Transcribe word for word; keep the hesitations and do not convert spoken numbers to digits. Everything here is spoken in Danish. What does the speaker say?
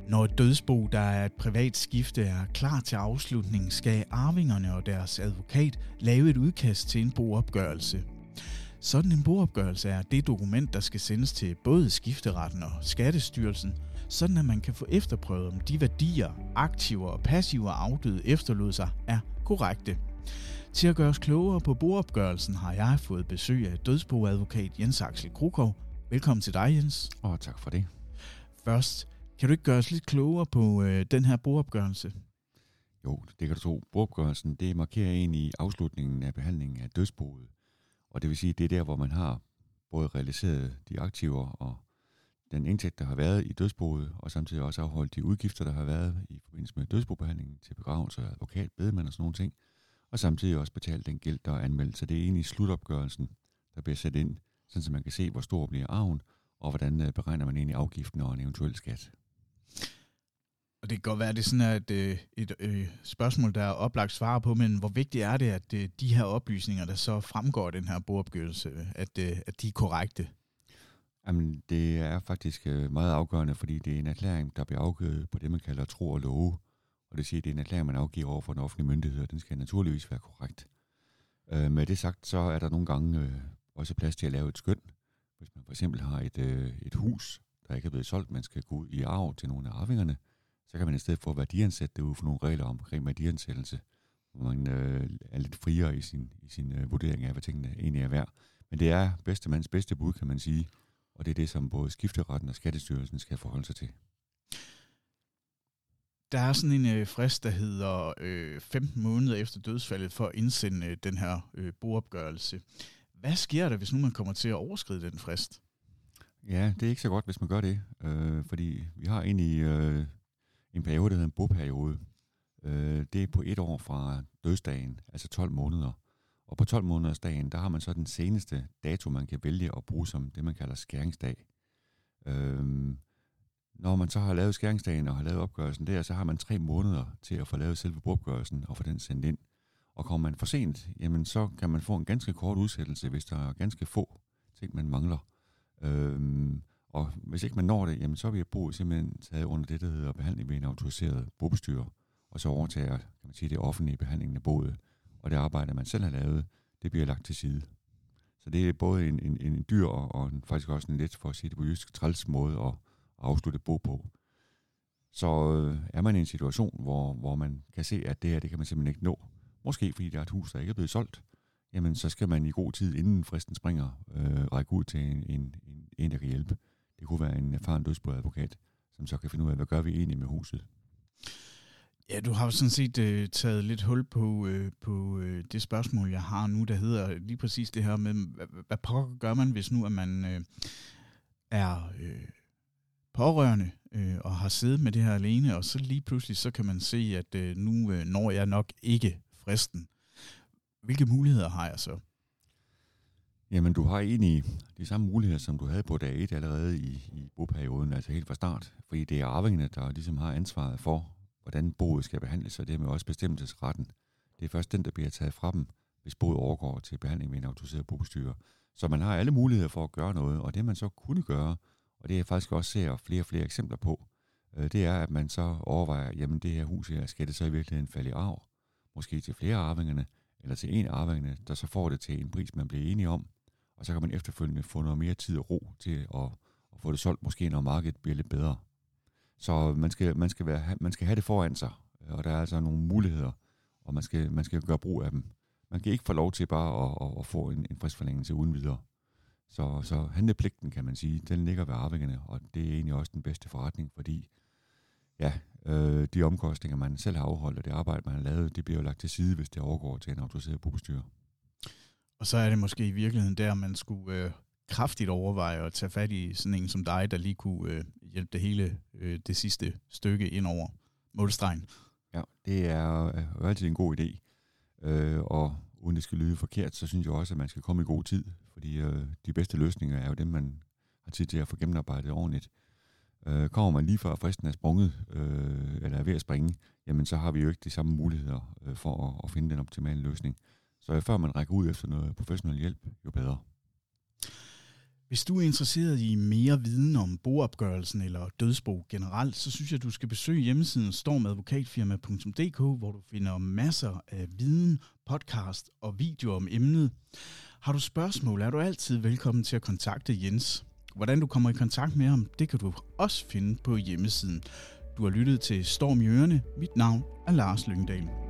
Når et dødsbo, der er et privat skifte, er klar til afslutning, skal arvingerne og deres advokat lave et udkast til en boopgørelse. Sådan en boopgørelse er det dokument, der skal sendes til både skifteretten og Skattestyrelsen, sådan at man kan få efterprøvet, om de værdier, aktiver og passiver afdøde efterlod sig, er korrekte. Til at gøre os klogere på boopgørelsen har jeg fået besøg af dødsboadvokat Jens Axel Krukov. Velkommen til dig, Jens. Og tak for det. Først, kan du ikke gøre os lidt klogere på øh, den her boopgørelse? Jo, det kan du tro. Boopgørelsen, det markerer egentlig afslutningen af behandlingen af dødsboet. Og det vil sige, det er der, hvor man har både realiseret de aktiver og den indtægt, der har været i dødsboet, og samtidig også afholdt de udgifter, der har været i forbindelse med dødsbobehandlingen til begravelse, advokat, bedemand og sådan nogle ting. Og samtidig også betalt den gæld, der er anmeldt. Så det er egentlig slutopgørelsen, der bliver sat ind, sådan så man kan se, hvor stor bliver arven, og hvordan beregner man egentlig afgiften og en eventuel skat. Og det kan godt være, at det er sådan et, et, et, et spørgsmål, der er oplagt svare på, men hvor vigtigt er det, at de her oplysninger, der så fremgår af den her boopgørelse, at, at de er korrekte? Jamen, det er faktisk meget afgørende, fordi det er en erklæring, der bliver afgivet på det, man kalder tro og love. Og det siger, at det er en erklæring, man afgiver over for en offentlig myndighed, og den skal naturligvis være korrekt. Øh, med det sagt, så er der nogle gange øh, også plads til at lave et skøn. Hvis man for eksempel har et, øh, et hus, der ikke er blevet solgt, man skal gå ud i arv til nogle af arvingerne, så kan man i stedet for værdiansætte det ud for nogle regler omkring værdiansættelse, hvor man øh, er lidt friere i sin, i sin øh, vurdering af, hvad tingene egentlig er værd. Men det er bedste mands bedste bud, kan man sige, og det er det, som både skifteretten og Skattestyrelsen skal forholde sig til. Der er sådan en øh, frist, der hedder øh, femten måneder efter dødsfaldet for at indsende øh, den her øh, boopgørelse. Hvad sker der, hvis nu man kommer til at overskride den frist? Ja, det er ikke så godt, hvis man gør det, øh, fordi vi har egentlig øh, en periode, der hedder en boperiode. Øh, det er på et år fra dødsdagen, altså tolv måneder. Og på tolv måneders dagen, der har man så den seneste dato, man kan vælge at bruge som det, man kalder skæringsdag. Øh, Når man så har lavet skæringsdagen og har lavet opgørelsen der, så har man tre måneder til at få lavet selve boopgørelsen og få den sendt ind. Og kommer man for sent, jamen så kan man få en ganske kort udsættelse, hvis der er ganske få ting, man mangler. Øhm, og hvis ikke man når det, jamen så vil boet simpelthen taget under det, der hedder behandling ved en autoriseret bobestyrer, og så overtager, kan man sige, det offentlige behandlingen af boet. Og det arbejde, man selv har lavet, det bliver lagt til side. Så det er både en, en, en dyr og, og en, faktisk også en lidt, for at sige det på jysk, træls måde at afslutte bo på. Så øh, er man i en situation, hvor, hvor man kan se, at det her, det kan man simpelthen ikke nå. Måske fordi der er et hus, der ikke er blevet solgt. Jamen, så skal man i god tid, inden fristen springer, øh, række ud til en, en, en, en, der kan hjælpe. Det kunne være en erfaren dødsboadvokat, som så kan finde ud af, hvad gør vi egentlig med huset. Ja, du har jo sådan set øh, taget lidt hul på, øh, på øh, det spørgsmål, jeg har nu, der hedder lige præcis det her med, hvad, hvad pokker gør man, hvis nu at man øh, er øh, pårørende øh, og har siddet med det her alene, og så lige pludselig så kan man se, at øh, nu øh, når jeg nok ikke fristen. Hvilke muligheder har jeg så? Jamen, du har egentlig de samme muligheder, som du havde på dag et allerede i, i boperioden, altså helt fra start. Fordi det er arvingerne, der ligesom har ansvaret for, hvordan boet skal behandles, og det er med også bestemmelsesretten. Det er først den, der bliver taget fra dem, hvis boet overgår til behandling med en autoriseret bobestyrer. Så man har alle muligheder for at gøre noget, og det man så kunne gøre, og det jeg faktisk også ser flere og flere eksempler på, det er, at man så overvejer, jamen det her hus her, skal det så i virkeligheden falde i arv? Måske til flere arvingerne, eller til en arvingerne, der så får det til en pris, man bliver enige om, og så kan man efterfølgende få noget mere tid og ro til at, at få det solgt, måske når markedet bliver lidt bedre. Så man skal, man skal, være, man skal have det foran sig, og der er altså nogle muligheder, og man skal, man skal gøre brug af dem. Man kan ikke få lov til bare at, at, at få en, en fristforlængelse uden videre. Så, så handlepligten, kan man sige, den ligger ved arvingerne, og det er egentlig også den bedste forretning, fordi ja, øh, de omkostninger, man selv har afholdt, og det arbejde, man har lavet, det bliver jo lagt til side, hvis det overgår til en autoriseret bobestyrer. Og så er det måske i virkeligheden der, man skulle øh, kraftigt overveje at tage fat i sådan en som dig, der lige kunne øh, hjælpe det hele øh, det sidste stykke ind over målstregen. Ja, det er jo altid en god idé, øh, og uden det skal lyde forkert, så synes jeg også, at man skal komme i god tid, fordi øh, de bedste løsninger er jo dem, man har tid til at få gennemarbejdet ordentligt. Øh, kommer man lige før fristen er sprunget, øh, eller er ved at springe, jamen så har vi jo ikke de samme muligheder øh, for at, at finde den optimale løsning. Så før man rækker ud efter noget professionel hjælp, jo bedre. Hvis du er interesseret i mere viden om boopgørelsen eller dødsbo generelt, så synes jeg, du skal besøge hjemmesiden stormadvokatfirma punktum d k, hvor du finder masser af viden, podcast og videoer om emnet. Har du spørgsmål, er du altid velkommen til at kontakte Jens. Hvordan du kommer i kontakt med ham, det kan du også finde på hjemmesiden. Du har lyttet til Storm i Ørene. Mit navn er Lars Lyngdal.